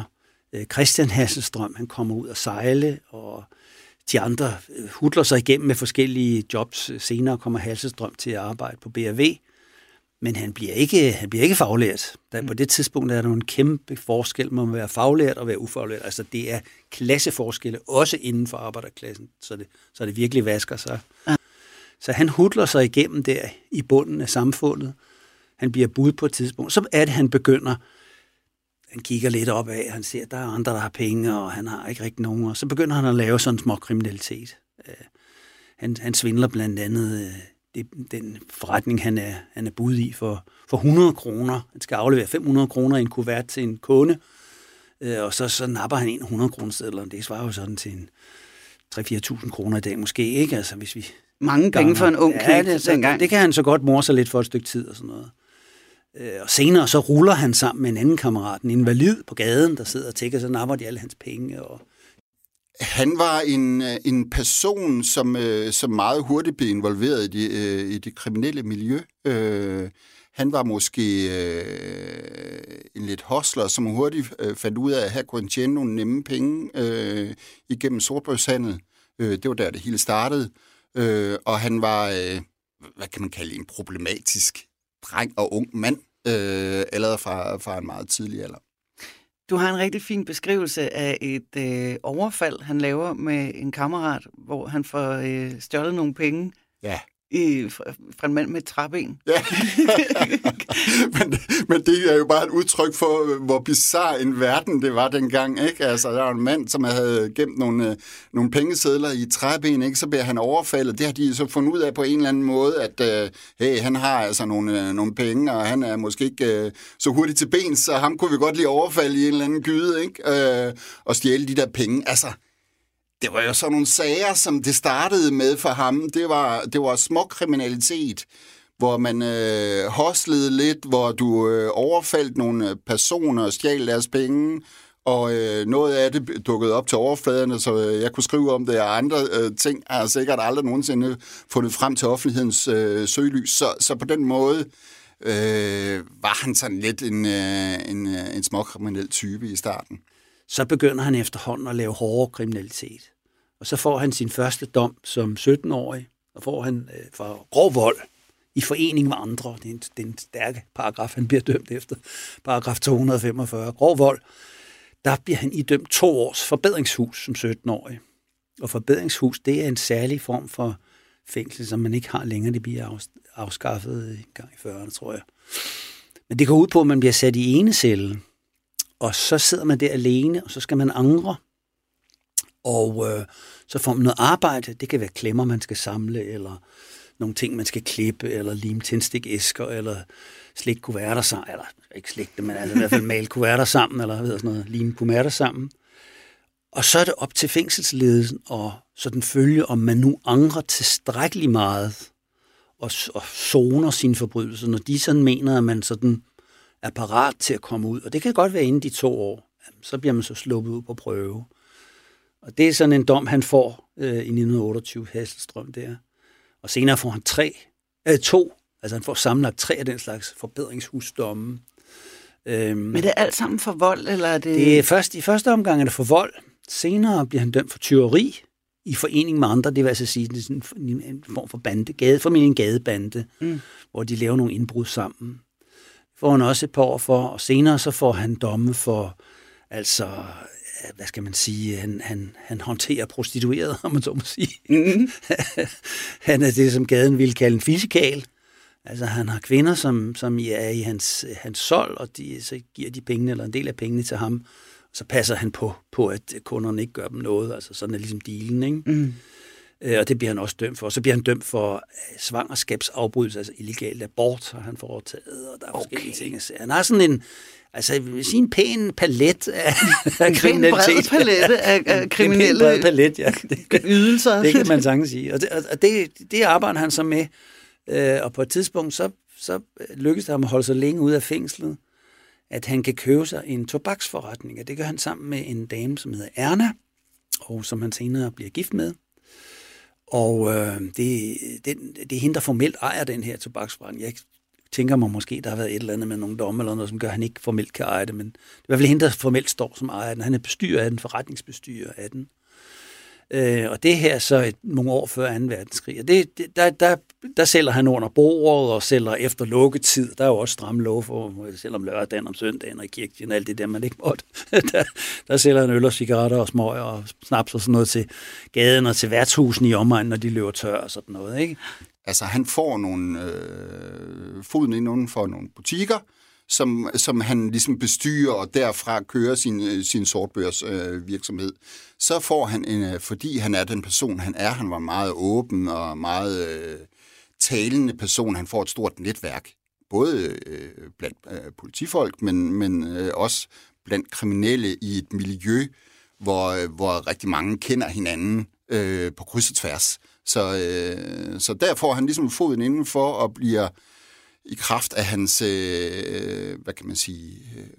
Christian Hasselstrøm, han kommer ud og sejle, og de andre hudler sig igennem med forskellige jobs. Senere kommer Hasselstrøm til at arbejde på BRV, men han bliver ikke faglært. På det tidspunkt er der en kæmpe forskel mellem at være faglært og være ufaglært. Altså det er klasseforskelle, også inden for arbejderklassen, så det virkelig vasker sig. Ja. Så han hudler sig igennem der i bunden af samfundet. Han bliver budt på et tidspunkt. Så er det, han begynder. Han kigger lidt opad, han ser, at der er andre, der har penge, og han har ikke rigtig nogen. Og så begynder han at lave sådan små kriminalitet. Han svindler blandt andet den forretning, han er budt i for 100 kroner. Han skal aflevere 500 kroner i en kuvert til en kunde, og så napper han 100 kroner sedler. Det svarer jo sådan til en 3-4.000 kroner i dag måske, ikke? Altså, hvis vi mange penge for en ung knægt dengang. Det kan han så godt morse sig lidt for et stykke tid og sådan noget. Og senere så ruller han sammen med en anden kammerat, en invalid på gaden, der sidder og tækker, så napper de alle hans penge. Og han var en person, som meget hurtigt blev involveret i det kriminelle miljø. Han var måske en lidt hustler, som hurtigt fandt ud af, at her kunne han tjene nogle nemme penge igennem sortbørshandel. Det var der, det hele startede. Og han var, hvad kan man kalde, en problematisk dreng og ung mand, allerede fra en meget tidlig alder. Du har en rigtig fin beskrivelse af et overfald, han laver med en kammerat, hvor han får stjålet nogle penge. Ja. Fra en mand med et træben. Ja. men det er jo bare et udtryk for, hvor bizarre en verden det var dengang, ikke? Altså, der var en mand, som havde gemt nogle pengesedler i et træben, ikke? Så bliver han overfaldet. Det har de så fundet ud af på en eller anden måde, at hey, han har altså nogle penge, og han er måske ikke så hurtigt til ben, så ham kunne vi godt lige overfalde i en eller anden gyde, ikke? Og stjæle de der penge. Altså, det var jo sådan nogle sager, som det startede med for ham. Det var småkriminalitet, hvor man hoslede lidt, hvor du overfaldt nogle personer og stjal deres penge, og noget af det dukkede op til overfladerne, så jeg kunne skrive om det, og andre ting har jeg sikkert aldrig nogensinde fundet frem til offentlighedens søgelys. Så på den måde var han sådan lidt en småkriminel type i starten. Så begynder han efterhånden at lave hårdere kriminalitet. Og så får han sin første dom som 17-årig, og får han for grov vold i forening med andre. Det er en stærke paragraf, han bliver dømt efter. Paragraf 245, grov vold. Der bliver han idømt 2 års forbedringshus som 17-årig. Og forbedringshus, det er en særlig form for fængsel, som man ikke har længere. Det bliver afskaffet en gang i 40'erne, tror jeg. Men det går ud på, at man bliver sat i ene celle. Og så sidder man der alene, og så skal man angre. Og så får man noget arbejde. Det kan være klemmer, man skal samle, eller nogle ting, man skal klippe, eller lime tændstikæsker, eller slægte kuverter sammen. Eller ikke slægte, men altså i hvert fald male kuverter sammen, eller hvad sådan noget, lime kuverter sammen. Og så er det op til fængselsledelsen og sådan følge, om man nu angrer tilstrækkeligt meget og zoner sine forbrydelser, når de sådan mener, at man sådan er parat til at komme ud. Og det kan godt være inden de 2 år. Så bliver man så sluppet ud på prøve. Og det er sådan en dom, han får i 1928, Hasselstrøm der. Og senere får han 2. Altså han får sammenlagt 3 af den slags forbedringshusdomme. Men det er alt sammen for vold, eller er det... Det er først, i første omgang er det for vold. Senere bliver han dømt for tyveri i forening med andre. Det vil altså sige, det er sådan en form for bande, formentlig en gadebande, hvor de laver nogle indbrud sammen. Får han også et par år for, og senere så får han domme for, altså, hvad skal man sige, han håndterer prostitueret, om man så må sige. Han er det, som gaden ville kalde en fisikal. Altså, han har kvinder, som er i hans sold, og så giver de pengene, eller en del af pengene til ham, og så passer han på, at kunderne ikke gør dem noget. Altså, sådan er ligesom dealen, ikke? Og det bliver han også dømt for. Så bliver han dømt for svangerskabsafbrydelse, altså illegal abort, har han foretaget, og der er forskellige ting. Han har sådan en, altså jeg vil sige, en pæn palet af kriminalitet. En bred palet af kriminelle bred palet, ja. Ydelser. Det kan man sagtens sige. Og det arbejder han så med. Og på et tidspunkt, så lykkes det ham at holde sig længe ude af fængslet, at han kan købe sig en tobaksforretning. Og det gør han sammen med en dame, som hedder Erna, og som han senere bliver gift med. Og det er hende, der formelt ejer den her tobaksforretning. Jeg tænker man måske, der har været et eller andet med nogle domme eller noget, som gør, at han ikke formelt kan eje det, men det er i hvert fald hende, der formelt står som ejer den. Han er bestyrer af den, forretningsbestyrer af den. Og det her så nogle år før 2. verdenskrig. Og der sælger han under bordet og sælger efter lukketid. Der er jo også stramme lov for, selvom lørdagen om søndagen og i kirken og alt det der, man ikke måtte. der sælger han øl og cigaretter og smøger og snaps og sådan noget til gaden og til værtshusen i omegnen, når de løber tør og sådan noget, ikke? Altså, han får nogle foden inden for nogle butikker, som han ligesom bestyrer og derfra kører sin sortbørs virksomhed. Så får han, fordi han er den person, han er, han var meget åben og meget talende person, han får et stort netværk, både blandt politifolk, men også blandt kriminelle i et miljø, hvor rigtig mange kender hinanden på kryds og tværs. Så der får han ligesom foden indenfor og bliver i kraft af hans, hvad kan man sige,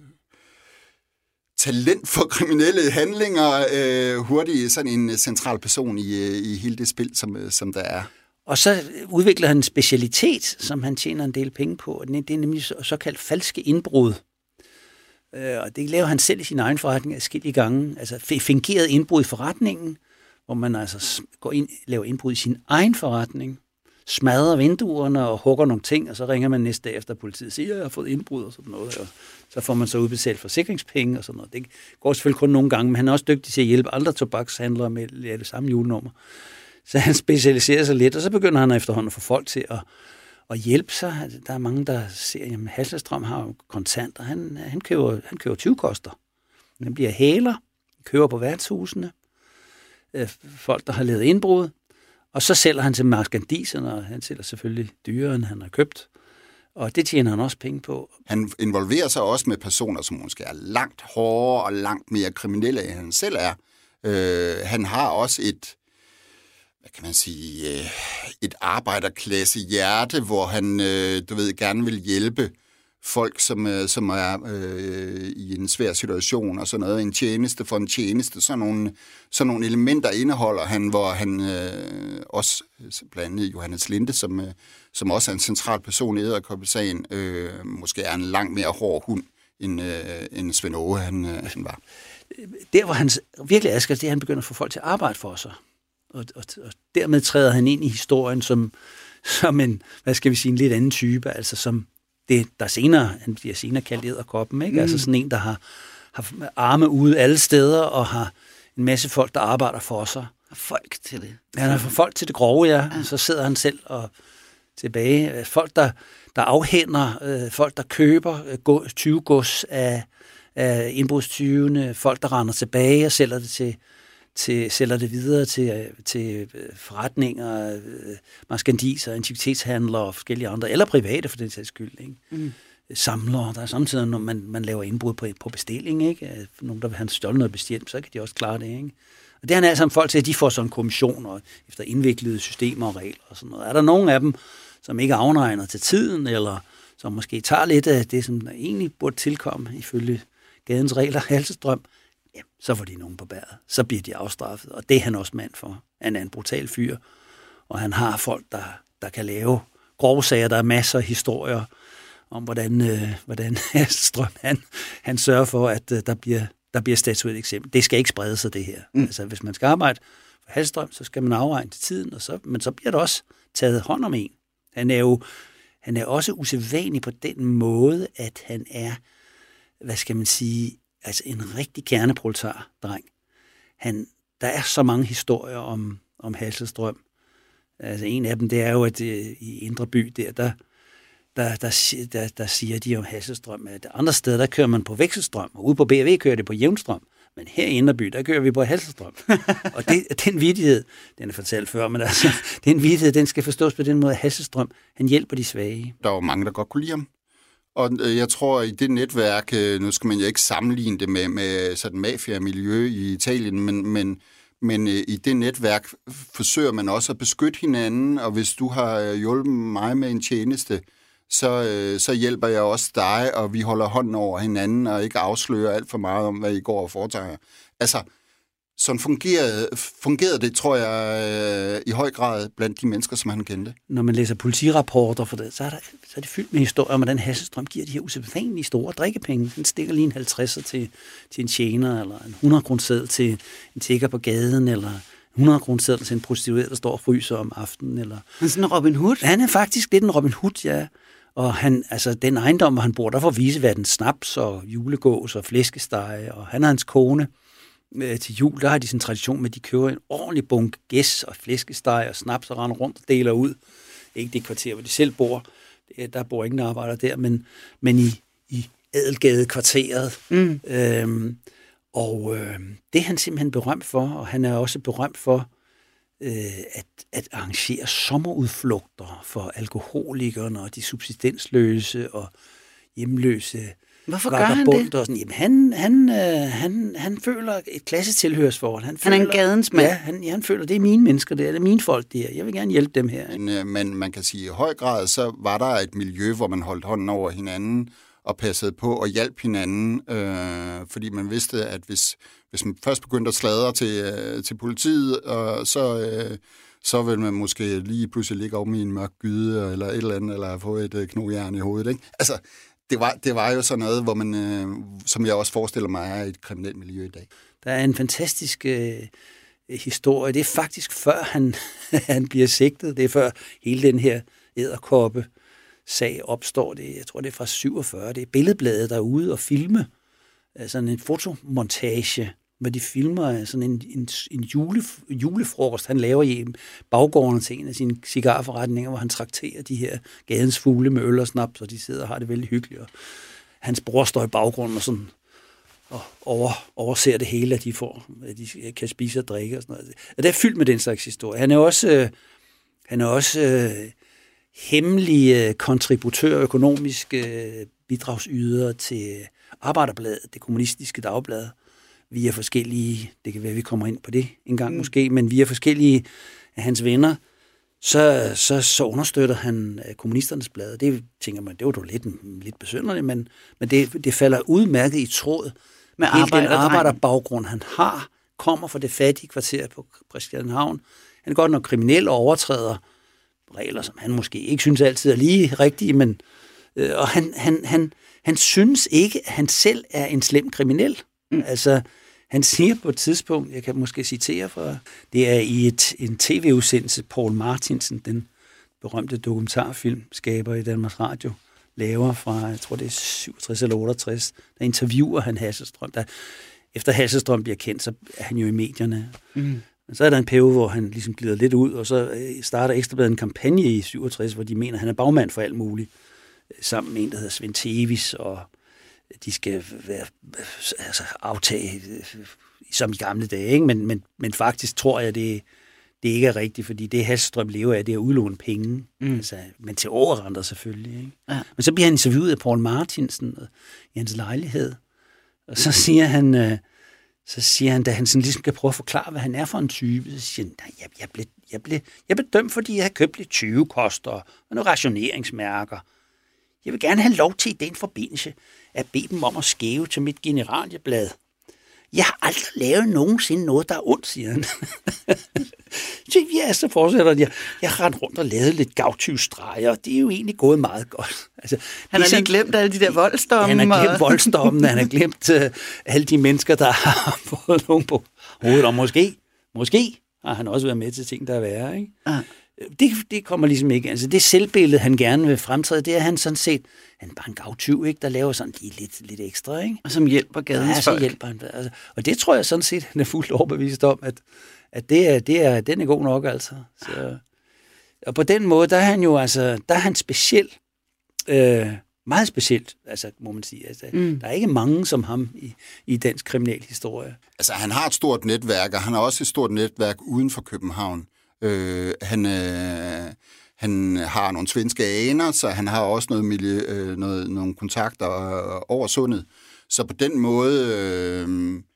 talent for kriminelle handlinger, hurtigt sådan en central person i hele det spil, som der er. Og så udvikler han en specialitet, som han tjener en del penge på, og det er nemlig såkaldt falske indbrud. Og det laver han selv i sin egen forretning adskillige gange, altså fingeret indbrud i forretningen, hvor man altså går ind, laver indbrud i sin egen forretning, smadrer vinduerne og hugger nogle ting, og så ringer man næste dag efter politiet og siger, jeg har fået indbrud og sådan noget, og så får man så udbetalt forsikringspenge og sådan noget. Det går selvfølgelig kun nogle gange, men han er også dygtig til at hjælpe andre tobakshandlere med det samme julenummer. Så han specialiserer sig lidt, og så begynder han efterhånden at få folk til at hjælpe sig. Der er mange, der ser, at Hasselstrøm har jo kontanter. Han køber 20-koster. Han bliver hæler, køber på værtshusene, folk, der har lavet indbrud, og så sælger han til marskandiserne, og han sælger selvfølgelig dyrere, end han har købt. Og det tjener han også penge på. Han involverer sig også med personer, som måske er langt hårdere og langt mere kriminelle, end han selv er. Han har også hvad kan man sige, et arbejderklasse hjerte, hvor han, gerne vil hjælpe folk, som er i en svær situation og sådan noget, en tjeneste for en tjeneste, sådan nogle elementer indeholder han, hvor han også, blandt andet Johannes Linde, som også er en central person i Edderkoppesagen, måske er en langt mere hård hund, end Svend Åge han var. Der, hvor han virkelig elsker, det er, at han begynder at få folk til at arbejde for sig. Og dermed træder han ind i historien som en, hvad skal vi sige, en lidt anden type, altså som det, han bliver senere kaldt Edderkoppen, ikke? Altså sådan en, der har arme ude alle steder, og har en masse folk, der arbejder for sig. Folk til det. Han har fået folk til det grove, ja. Så sidder han selv og tilbage. Folk, der afhænder, folk, der køber 20 gods af indbrudstyvene, folk, der render tilbage og sælger det videre til forretninger, marskandiser, antikvitetshandlere og forskellige andre, eller private for den sags skyld, ikke? Samlere. Der er samtidig, når man laver indbrud på bestilling, ikke? Nogen, der vil have stjålet noget bestemt, så kan de også klare det, ikke? Og det er han altså folk til, at de får sådan en kommission og efter indviklede systemer og regler og sådan noget. Er der nogen af dem, som ikke er afregnet til tiden, eller som måske tager lidt af det, som der egentlig burde tilkomme ifølge gadens regler, Hasselstrøm, ja, så får de nogen på bæret. Så bliver de afstraffet, og det er han også mand for. Han er en brutal fyr, og han har folk, der kan lave grove sager. Der er masser af historier om, hvordan Hasselstrøm han sørger for, at der bliver statueret et eksempel. Det skal ikke sprede sig, det her. Altså, hvis man skal arbejde for Hasselstrøm, så skal man afregne til tiden, men så bliver der også taget hånd om en. Han er også usædvanlig på den måde, at han er, hvad skal man sige, altså en rigtig kerneproletar-dreng. Der er så mange historier om Hasselstrøm. Altså en af dem, det er jo, at i Indre By, der siger de om Hasselstrøm, at andre steder, der kører man på vekselstrøm, og ude på BRV kører det på jævnstrøm. Men her i Indre By, der kører vi på Hasselstrøm. Og den vittighed, den er fortalt før, men altså, den vittighed, den skal forstås på den måde, at Hasselstrøm, han hjælper de svage. Der var mange, der godt kunne lide ham. Og jeg tror, i det netværk, nu skal man jo ikke sammenligne det med sådan mafia-miljø i Italien, men i det netværk forsøger man også at beskytte hinanden, og hvis du har hjulpet mig med en tjeneste, så hjælper jeg også dig, og vi holder hånden over hinanden, og ikke afslører alt for meget om, hvad I går og foretager. Altså, sådan fungerede det, tror jeg, i høj grad blandt de mennesker, som han kendte. Når man læser politirapporter for det, så er det fyldt med historier om, hvordan Hasselstrøm giver de her usædvanlige store drikkepenge. Den stikker lige en 50'er til en tjener, eller en 100-kroneseddel til en tigger på gaden, eller 100-kroneseddel til en prostitueret, der står og fryser om aftenen. Eller... Han er sådan en Robin Hood? Han er faktisk lidt en Robin Hood, ja. Og den ejendom, hvor han bor, der får viseverden snaps og julegås og flæskesteg, og han og hans kone til jul, der har de sådan en tradition med, at de køber en ordentlig bunke gæs og flæskesteg og snaps og render rundt og deler ud. Ikke det kvarter, hvor de selv bor. Der bor ingen arbejder der, men i Adelgade-kvarteret. Det er han simpelthen berømt for, og han er også berømt for at arrangere sommerudflugter for alkoholikerne og de subsistensløse og hjemløse. Hvorfor gør han det? Og sådan. Jamen, han føler et klassetilhørsforhold. Han er en gadens mand. Ja, han føler, det er mine mennesker, det er mine folk, det er. Jeg vil gerne hjælpe dem her. Men man kan sige, at i høj grad, så var der et miljø, hvor man holdt hånden over hinanden og passede på og hjalp hinanden, fordi man vidste, at hvis man først begyndte at sladre til politiet, så vil man måske lige pludselig ligge om i en mørk gyde eller et eller andet, eller få et knogjern i hovedet, ikke? Altså, det var jo sådan noget, hvor man, som jeg også forestiller mig, er et kriminelt miljø i dag. Der er en fantastisk historie. Det er faktisk før han bliver sigtet. Det er før hele den her edderkoppe-sag opstår. Jeg tror, det er fra 47. Det er Billedbladet, der er ude og filme. Sådan en fotomontage, hvor de filmer sådan en julefrokost, han laver i baggården til en af sine cigarforretninger, hvor han trakterer de her gadens fugle med øl og snaps, og de sidder og har det vældig hyggeligt. Og hans bror står i baggrunden og sådan og overser det hele, at de kan spise og drikke og sådan noget. Og det er fyldt med den slags historie. Han er også hemmelig kontributør, økonomisk bidragsyder til Arbejderbladet, det kommunistiske dagblad, via forskellige, det kan være, vi kommer ind på det en gang måske, men via forskellige af hans venner, så understøtter han kommunisternes blad. Det tænker man, det var lidt besynderligt, men det falder udmærket i tråd med den arbejderbaggrund, han har, kommer fra det fattige kvarter på Christianshavn. Han er godt nok kriminel og overtræder regler, som han måske ikke synes altid er lige rigtige, men og han synes ikke, at han selv er en slem kriminel. Altså, han siger på et tidspunkt, jeg kan måske citere fra, det er i en tv-udsendelse, Poul Martinsen, den berømte dokumentarfilmskaber i Danmarks Radio, laver fra, jeg tror det er 67 eller 68, der interviewer han Hasselstrøm. Efter Hasselstrøm bliver kendt, så er han jo i medierne. Men så er der en periode, hvor han ligesom glider lidt ud, og så starter Ekstra Bladet en kampagne i 67, hvor de mener, at han er bagmand for alt muligt, sammen med en, der hedder Svend Tevis, og de skal være aftage som i gamle dage, ikke? Men faktisk tror jeg, det ikke er rigtigt, fordi det Hasselstrøm lever af, det er at udlåne penge. Altså, men til overrenter selvfølgelig. Ikke? Ja. Men så bliver han interviewet af Poul Martinsen i hans lejlighed, og så siger han, da han sådan ligesom skal prøve at forklare, hvad han er for en type, så siger han, jeg blev dømt, fordi jeg havde købt lidt 20-koster og nogle rationeringsmærker. Jeg vil gerne have lov til i den forbindelse at bede dem om at skæve til mit generalieblad. Jeg har aldrig lavet nogensinde noget, der er ondt, siger han. Så fortsætter jeg. Jeg har rendt rundt og lavet lidt gavtyvstreger, og det er jo egentlig gået meget godt. Altså, han har lige glemt alle de der voldsdomme. Han har glemt voldsdommene, han har glemt alle de mennesker, der har fået nogen på hovedet, og måske har han også været med til ting, der er værre, ikke? Det kommer ligesom ikke. Altså det selvbillede, han gerne vil fremtræde, det er han sådan set, han er bare en gavtyv, ikke, der laver sådan lidt ekstra, ikke? Og som hjælper gadens folk. Så hjælper han. Altså, og det tror jeg sådan set, han er fuldt overbevist om, at den er god nok, altså. Så, og på den måde, der er han jo altså, der er han speciel, meget specielt, altså må man sige. Altså, der er ikke mange som ham i dansk kriminalhistorie. Altså han har et stort netværk, og han har også et stort netværk uden for København. Han har nogle svenske aner, så han har også noget miljø, nogle kontakter over sundet. Så på den måde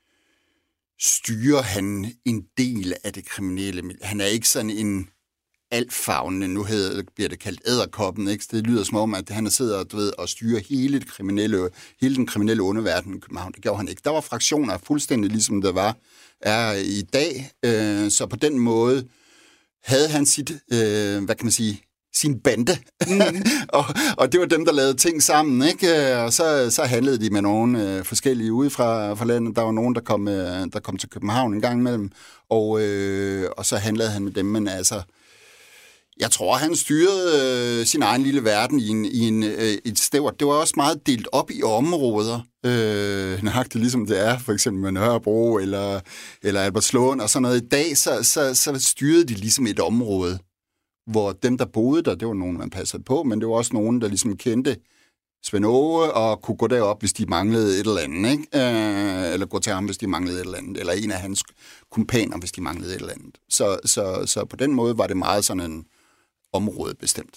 styrer han en del af det kriminelle. Han er ikke sådan en altfavnende. Nu bliver det kaldt edderkoppen, ikke? Det lyder som om, at han sidder og styrer hele den kriminelle underverden i København. Det gjorde han ikke. Der var fraktioner fuldstændig ligesom der er i dag. Så på den måde havde han sit, sin bande. og det var dem, der lavede ting sammen, ikke? Og så handlede de med nogle forskellige ude fra landet. Der var nogen, der kom til København en gang imellem, og så handlede han med dem, men altså, jeg tror, han styrede sin egen lille verden i et sted. Det var også meget delt op i områder. Nøjagtigt ligesom det er, for eksempel med Nørrebro eller Albertslund og sådan noget. I dag, så styrede de ligesom et område, hvor dem, der boede der, det var nogen, man passede på, men det var også nogen, der ligesom kendte Svend Åge og kunne gå derop, hvis de manglede et eller andet, ikke? Eller gå til ham, hvis de manglede et eller andet, eller en af hans kumpaner, hvis de manglede et eller andet. Så på den måde var det meget sådan en område bestemt.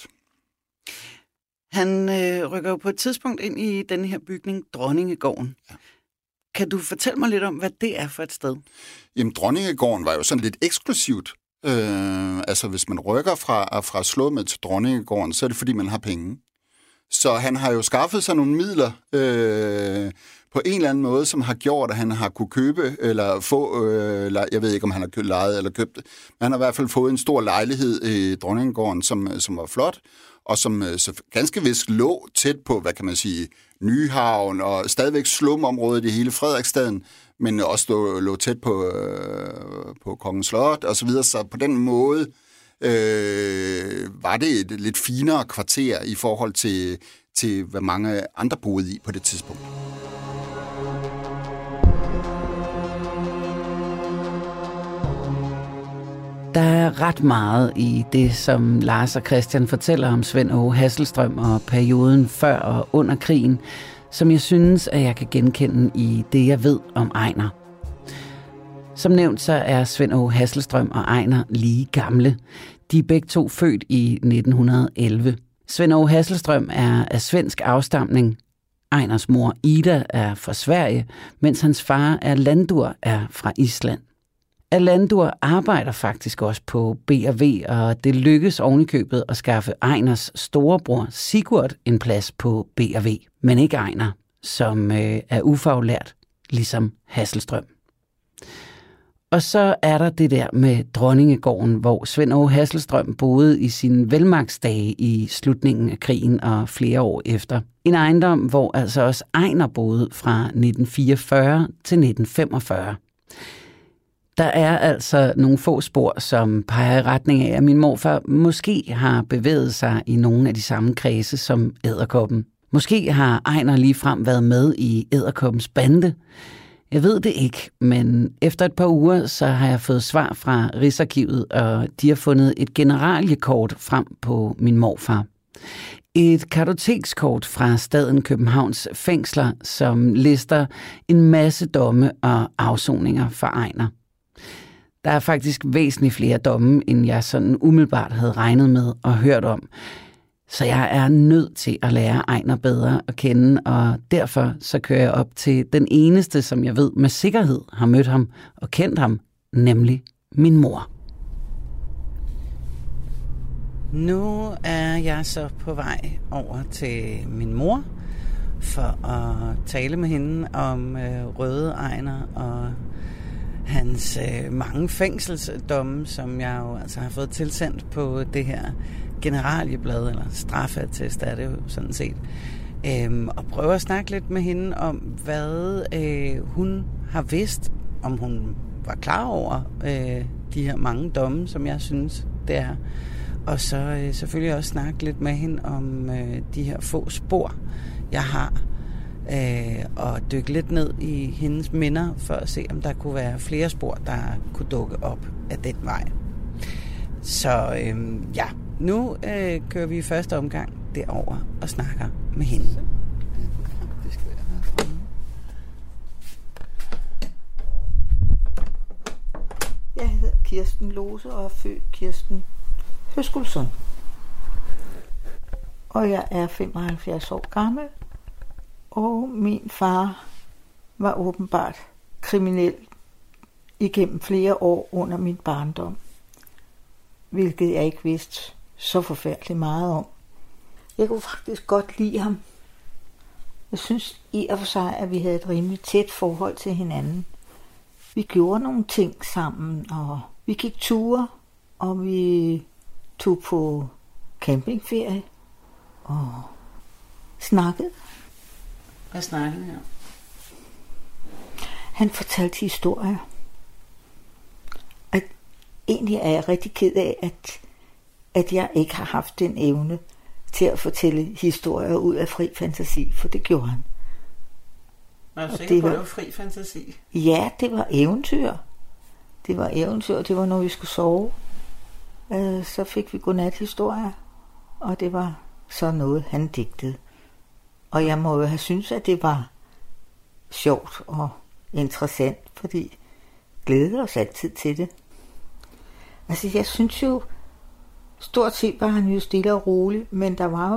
Han rykker jo på et tidspunkt ind i den her bygning, Dronningegården. Ja. Kan du fortælle mig lidt om, hvad det er for et sted? Jamen, Dronningegården var jo sådan lidt eksklusivt. Altså, hvis man rykker fra Slottet til Dronningegården, så er det, fordi man har penge. Så han har jo skaffet sig nogle midler på en eller anden måde, som har gjort, at han har kunne købe eller få, jeg ved ikke, om han har lejet eller købt det, men han har i hvert fald fået en stor lejlighed i Dronningegården, som var flot, og som så ganske vist lå tæt på, hvad kan man sige, Nyhavn, og stadigvæk slumområdet i hele Frederiksstaden, men også lå tæt på Kongens Slot og så videre, så på den måde var det et lidt finere kvarter i forhold til hvad mange andre boede i på det tidspunkt. Der er ret meget i det, som Lars og Christian fortæller om Svend Åge Hasselstrøm og perioden før og under krigen, som jeg synes, at jeg kan genkende i det, jeg ved om Ejnar. Som nævnt, så er Svend Åge Hasselstrøm og Ejnar lige gamle. De er begge to født i 1911. Svend Åge Hasselstrøm er af svensk afstamning. Ejnars mor Ida er fra Sverige, mens hans far Erlendur er fra Island. Erlendur arbejder faktisk også på B&V, og det lykkes ovenikøbet at skaffe Ejnars storebror Sigurd en plads på B&V, men ikke Ejnar, som er ufaglært, ligesom Hasselstrøm. Og så er der det der med Dronningegården, hvor Svend Åge Hasselstrøm boede i sine velmagtsdage i slutningen af krigen og flere år efter. En ejendom, hvor altså også Ejnar boede fra 1944 til 1945. Der er altså nogle få spor, som peger i retning af, at min morfar måske har bevæget sig i nogle af de samme kredse som Edderkoppen. Måske har Ejnar ligefrem været med i Edderkoppens bande. Jeg ved det ikke, men efter et par uger, så har jeg fået svar fra Rigsarkivet, og de har fundet et generaliekort frem på min morfar. Et kartotekskort fra staden Københavns fængsler, som lister en masse domme og afsoninger for Ejnar. Der er faktisk væsentligt flere domme, end jeg sådan umiddelbart havde regnet med og hørt om. Så jeg er nødt til at lære Ejnar bedre at kende, og derfor så kører jeg op til den eneste, som jeg ved med sikkerhed har mødt ham og kendt ham, nemlig min mor. Nu er jeg så på vej over til min mor for at tale med hende om Røde Ejnar og hans mange fængselsdomme, som jeg jo altså har fået tilsendt på det her generalieblad, eller straffeattest er det jo sådan set. Og prøve at snakke lidt med hende om, hvad hun har vidst, om hun var klar over de her mange domme, som jeg synes, det er. Og så selvfølgelig også snakke lidt med hende om de her få spor, jeg har, og dykke lidt ned i hendes minder, for at se, om der kunne være flere spor, der kunne dukke op af den vej. Så ja, nu kører vi i første omgang derover og snakker med hende. Det skal være herfra. Jeg hedder Kirsten Lose og er født Kirsten Høskulsson. Og jeg er 75 år gammel. Og min far var åbenbart kriminel igennem flere år under min barndom. hvilket jeg ikke vidste så forfærdeligt meget om. Jeg kunne faktisk godt lide ham. Jeg synes i og for sig, at vi havde et rimelig tæt forhold til hinanden. Vi gjorde nogle ting sammen, og vi gik ture, og vi tog på campingferie og snakkede. Hvad snakkede jeg? Han fortalte historier. At egentlig er jeg rigtig ked af, at jeg ikke har haft den evne til at fortælle historier ud af fri fantasi, for det gjorde han. Er du sikker på, at det var fri fantasi? Ja, det var eventyr. Det var når vi skulle sove. Så fik vi godnathistorier, og det var så noget, han digtede. Og jeg må jo have syntes, at det var sjovt og interessant, fordi glædede os altid til det. Altså, jeg synes jo, stort set var han jo stille og rolig, men der var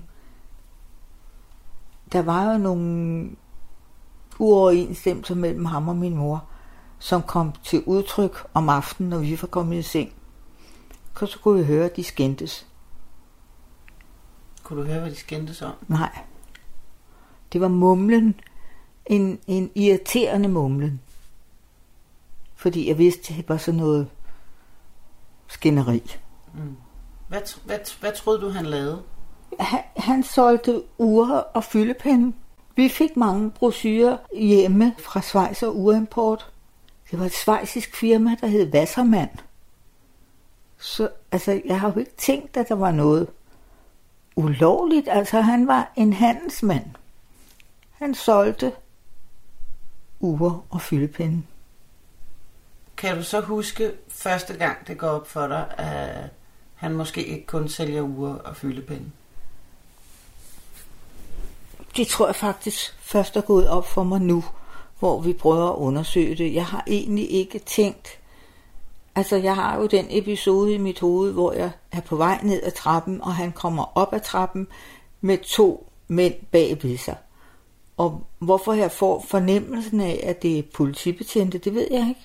jo nogle uoverensstemmelser mellem ham og min mor, som kom til udtryk om aftenen, når vi var kommet i seng. Så kunne vi høre, at de skændtes. Kunne du høre, hvad de skændtes om? Nej. Det var mumlen. En irriterende mumlen. Fordi jeg vidste, at det var sådan noget skænderi. Mm. Hvad troede du, han lavede? Han solgte ure og fyldepenge. Vi fik mange brochurer hjemme fra Schweiz og Urimport. Det var et schweizisk firma, der hed Wassermann. Så altså, jeg har jo ikke tænkt, at der var noget ulovligt. Altså, han var en handelsmand. Han solgte ure og fyldepenge. Kan du så huske første gang, det går op for dig, at han måske ikke kun sælger ure og fyldepenge? Det tror jeg faktisk først er gået op for mig nu, hvor vi prøver at undersøge det. Jeg har egentlig ikke tænkt. Altså, jeg har jo den episode i mit hoved, hvor jeg er på vej ned ad trappen, og han kommer op ad trappen med 2 mænd bagved sig. Og hvorfor jeg får fornemmelsen af, at det er politibetjente, det ved jeg ikke.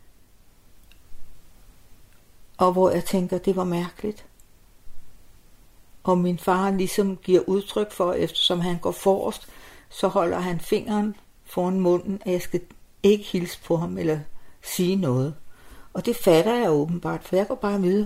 Og hvor jeg tænker, det var mærkeligt. Og min far ligesom giver udtryk for, eftersom han går forrest, så holder han fingeren foran munden, at jeg skal ikke hilse på ham eller sige noget. Og det fatter jeg åbenbart, for jeg går bare videre.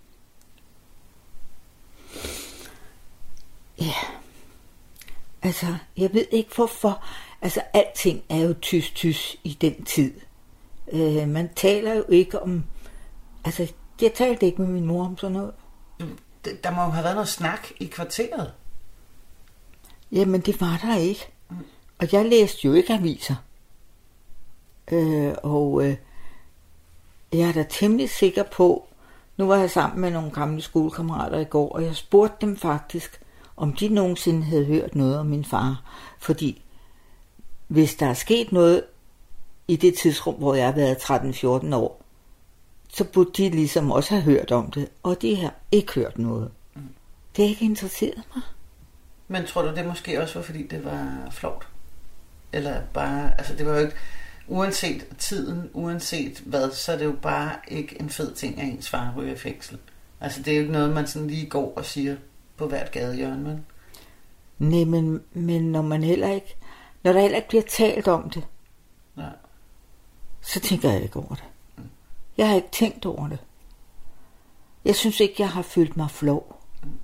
Ja, altså, jeg ved ikke hvorfor. Altså, alting er jo tys i den tid. Man taler jo ikke om. Altså, jeg talte ikke med min mor om sådan noget. Der må jo have været noget snak i kvarteret. Jamen, det var der ikke. Og jeg læste jo ikke aviser. Jeg er da temmelig sikker på, nu var jeg sammen med nogle gamle skolekammerater i går, og jeg spurgte dem faktisk, om de nogensinde havde hørt noget om min far. Fordi hvis der er sket noget i det tidsrum, hvor jeg har været 13-14 år, så burde de ligesom også have hørt om det, og de har ikke hørt noget. Det har ikke interesseret mig. Men tror du, det måske også var, fordi det var flovt? Eller bare, altså det var jo ikke, uanset tiden, uanset hvad, så er det jo bare ikke en fed ting, at ens far ryger i fængsel. Altså det er jo ikke noget, man sådan lige går og siger på hvert gadehjørne, men. Nej, men når der heller ikke bliver talt om det, ja, så tænker jeg ikke over det. Jeg har ikke tænkt over det. Jeg synes ikke, jeg har følt mig flov.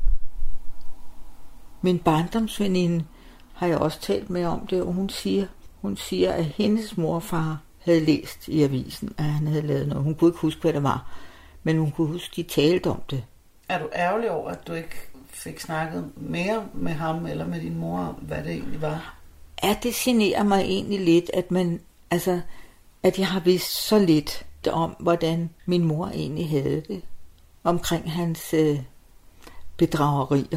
Min barndomsveninde har jeg også talt med om det, og hun siger, at hendes mor og far havde læst i avisen, at han havde lavet noget. Hun kunne ikke huske, hvad det var, men hun kunne huske, at de talte om det. Er du ærgerlig over, at du ikke fik snakket mere med ham eller med din mor om, hvad det egentlig var? Ja, det generer mig egentlig lidt, at jeg har vidst så lidt om, hvordan min mor egentlig havde det, omkring hans bedragerier.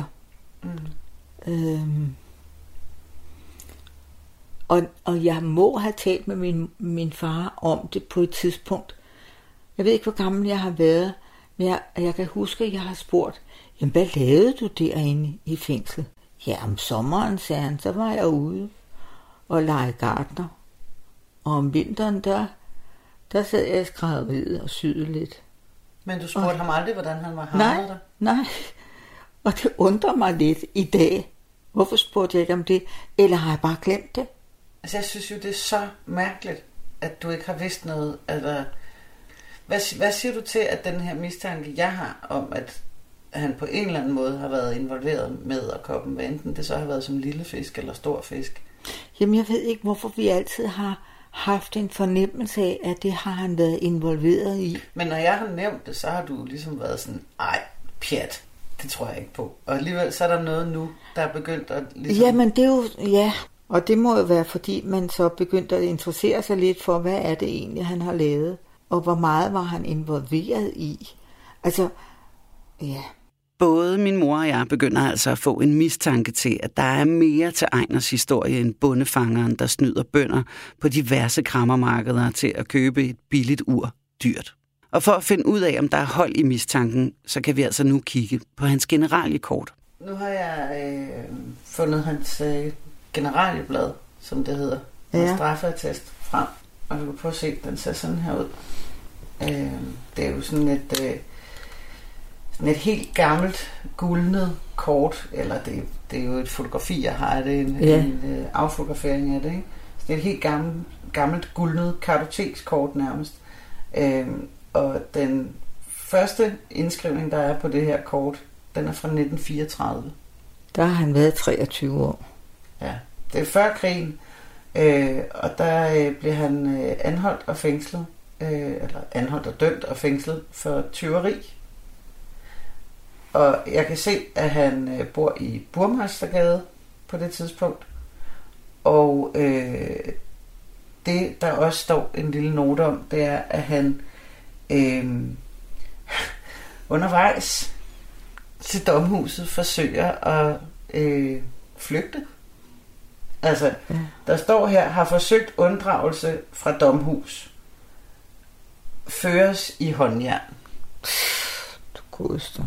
Og jeg må have talt med min far om det på et tidspunkt. Jeg ved ikke, hvor gammel jeg har været, men jeg kan huske, at jeg har spurgt, jamen, hvad lavede du derinde i fængslet? Ja, om sommeren, sagde han, så var jeg ude og lege gartner. Og om vinteren, der sad jeg i skrædderiet og syede lidt. Men du spurgte ham aldrig, hvordan han var havnet der? Nej. Og det undrer mig lidt i dag. Hvorfor spurgte jeg ikke om det? Eller har jeg bare glemt det? Altså, jeg synes jo, det er så mærkeligt, at du ikke har vidst noget. Altså, hvad siger du til, at den her mistanke, jeg har om, at han på en eller anden måde har været involveret med edderkoppen, hvad enten det så har været som lille fisk eller stor fisk? Jamen, jeg ved ikke, hvorfor vi altid har haft en fornemmelse af, at det har han været involveret i. Men når jeg har nævnt det, så har du ligesom været sådan, ej, pjat, det tror jeg ikke på. Og alligevel så er der noget nu, der er begyndt at ligesom... Jamen, det er jo, ja, og det må jo være, fordi man så begyndt at interessere sig lidt for, hvad er det egentlig, han har lavet, og hvor meget var han involveret i. Altså, ja... Både min mor og jeg begynder altså at få en mistanke til, at der er mere til Einars historie end bondefangeren, der snyder bønder på diverse krammermarkeder til at købe et billigt ur dyrt. Og for at finde ud af, om der er hold i mistanken, så kan vi altså nu kigge på hans generaliekort. Nu har jeg fundet hans generalieblad, som det hedder, en straffeattest frem, og du kan prøve at se, den ser sådan her ud. Det er jo sådan et helt gammelt guldnet kort, eller det er jo et fotografi, jeg har, det en affotografering af det, ikke? Så det er et helt gammelt guldnet kartotekskort nærmest. Og den første indskrivning, der er på det her kort, den er fra 1934. Der har han været 23 år. Ja, det er før krigen, og der blev han anholdt og fængslet, eller anholdt og dømt og fængslet for tyveri. Og jeg kan se, at han bor i Burmeistergade på det tidspunkt. Og det, der også står en lille note om, det er, at han undervejs til domhuset forsøger at flygte. Altså, der står her, har forsøgt unddragelse fra domhus. Føres i håndjern. Du godeste.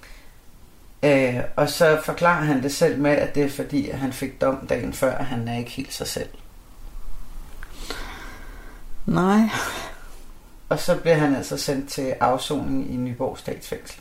Og så forklarer han det selv med, at det er fordi, at han fik dom dagen før, at han er ikke helt sig selv. Nej. Og så bliver han altså sendt til afsoning i Nyborg Statsfængsel.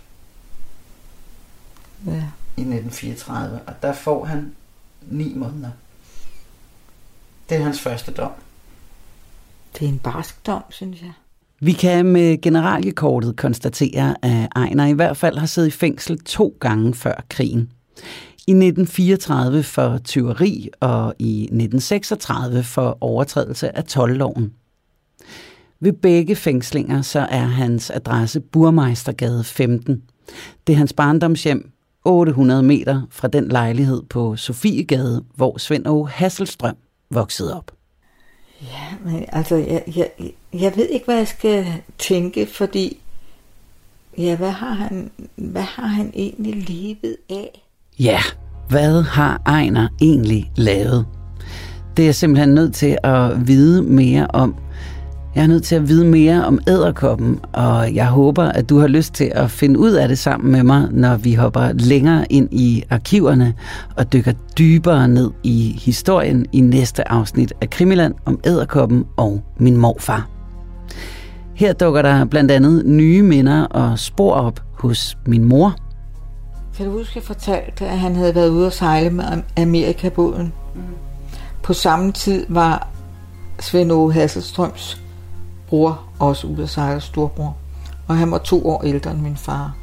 Ja. I 1934. Og der får han 9 måneder. Det er hans første dom. Det er en barsk dom, synes jeg. Vi kan med generaliekortet konstatere, at Einar i hvert fald har siddet i fængsel 2 gange før krigen. I 1934 for tyveri og i 1936 for overtrædelse af toldloven. Ved begge fængslinger så er hans adresse Burmeistergade 15. Det er hans barndomshjem 800 meter fra den lejlighed på Sofiegade, hvor Svend Åge Hasselstrøm voksede op. Ja, men altså, jeg ved ikke, hvad jeg skal tænke, fordi, ja, hvad har han egentlig levet af? Ja, hvad har Einar egentlig lavet? Det er jeg simpelthen nødt til at vide mere om. Jeg er nødt til at vide mere om edderkoppen, og jeg håber, at du har lyst til at finde ud af det sammen med mig, når vi hopper længere ind i arkiverne og dykker dybere ned i historien i næste afsnit af Krimiland om edderkoppen og min morfar. Her dukker der blandt andet nye minder og spor op hos min mor. Kan du huske, jeg fortalte, at han havde været ude at sejle med Amerikabåden? På samme tid var Svend Åge Hasselstrøms bror også ude at sejle, storbror. Og han var 2 år ældre end min far.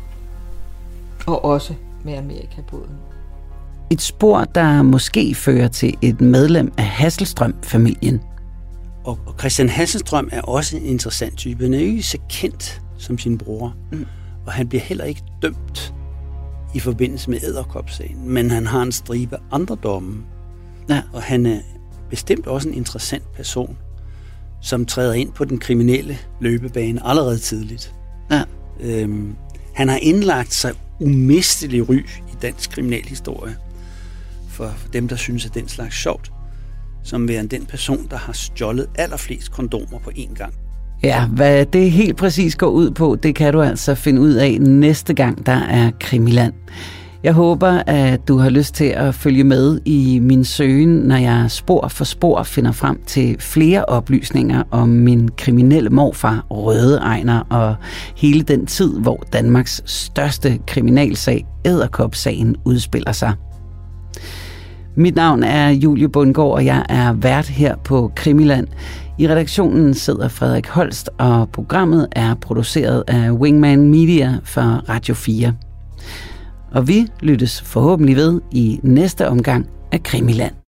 Og også med Amerikabåden. Et spor, der måske fører til et medlem af Hasselstrøm-familien. Og Christian Hasselstrøm er også en interessant type. Han er ikke så kendt som sin bror. Og han bliver heller ikke dømt i forbindelse med edderkopsagen. Men han har en stribe andre domme. Ja. Og han er bestemt også en interessant person, som træder ind på den kriminelle løbebane allerede tidligt. Ja. Han har indlagt sig umistelig ry i dansk kriminalhistorie for dem, der synes, at den slags sjovt, som værende den person, der har stjålet allerflest kondomer på én gang. Ja, hvad det helt præcis går ud på, det kan du altså finde ud af næste gang, der er Krimiland. Jeg håber, at du har lyst til at følge med i min søgen, når jeg spor for spor finder frem til flere oplysninger om min kriminelle morfar, Røde Ejner, og hele den tid, hvor Danmarks største kriminalsag, Edderkop-sagen, udspiller sig. Mit navn er Julie Bundgaard, og jeg er vært her på Krimiland. I redaktionen sidder Frederik Holst, og programmet er produceret af Wingman Media for Radio 4. Og vi lyttes forhåbentlig ved i næste omgang af Krimiland.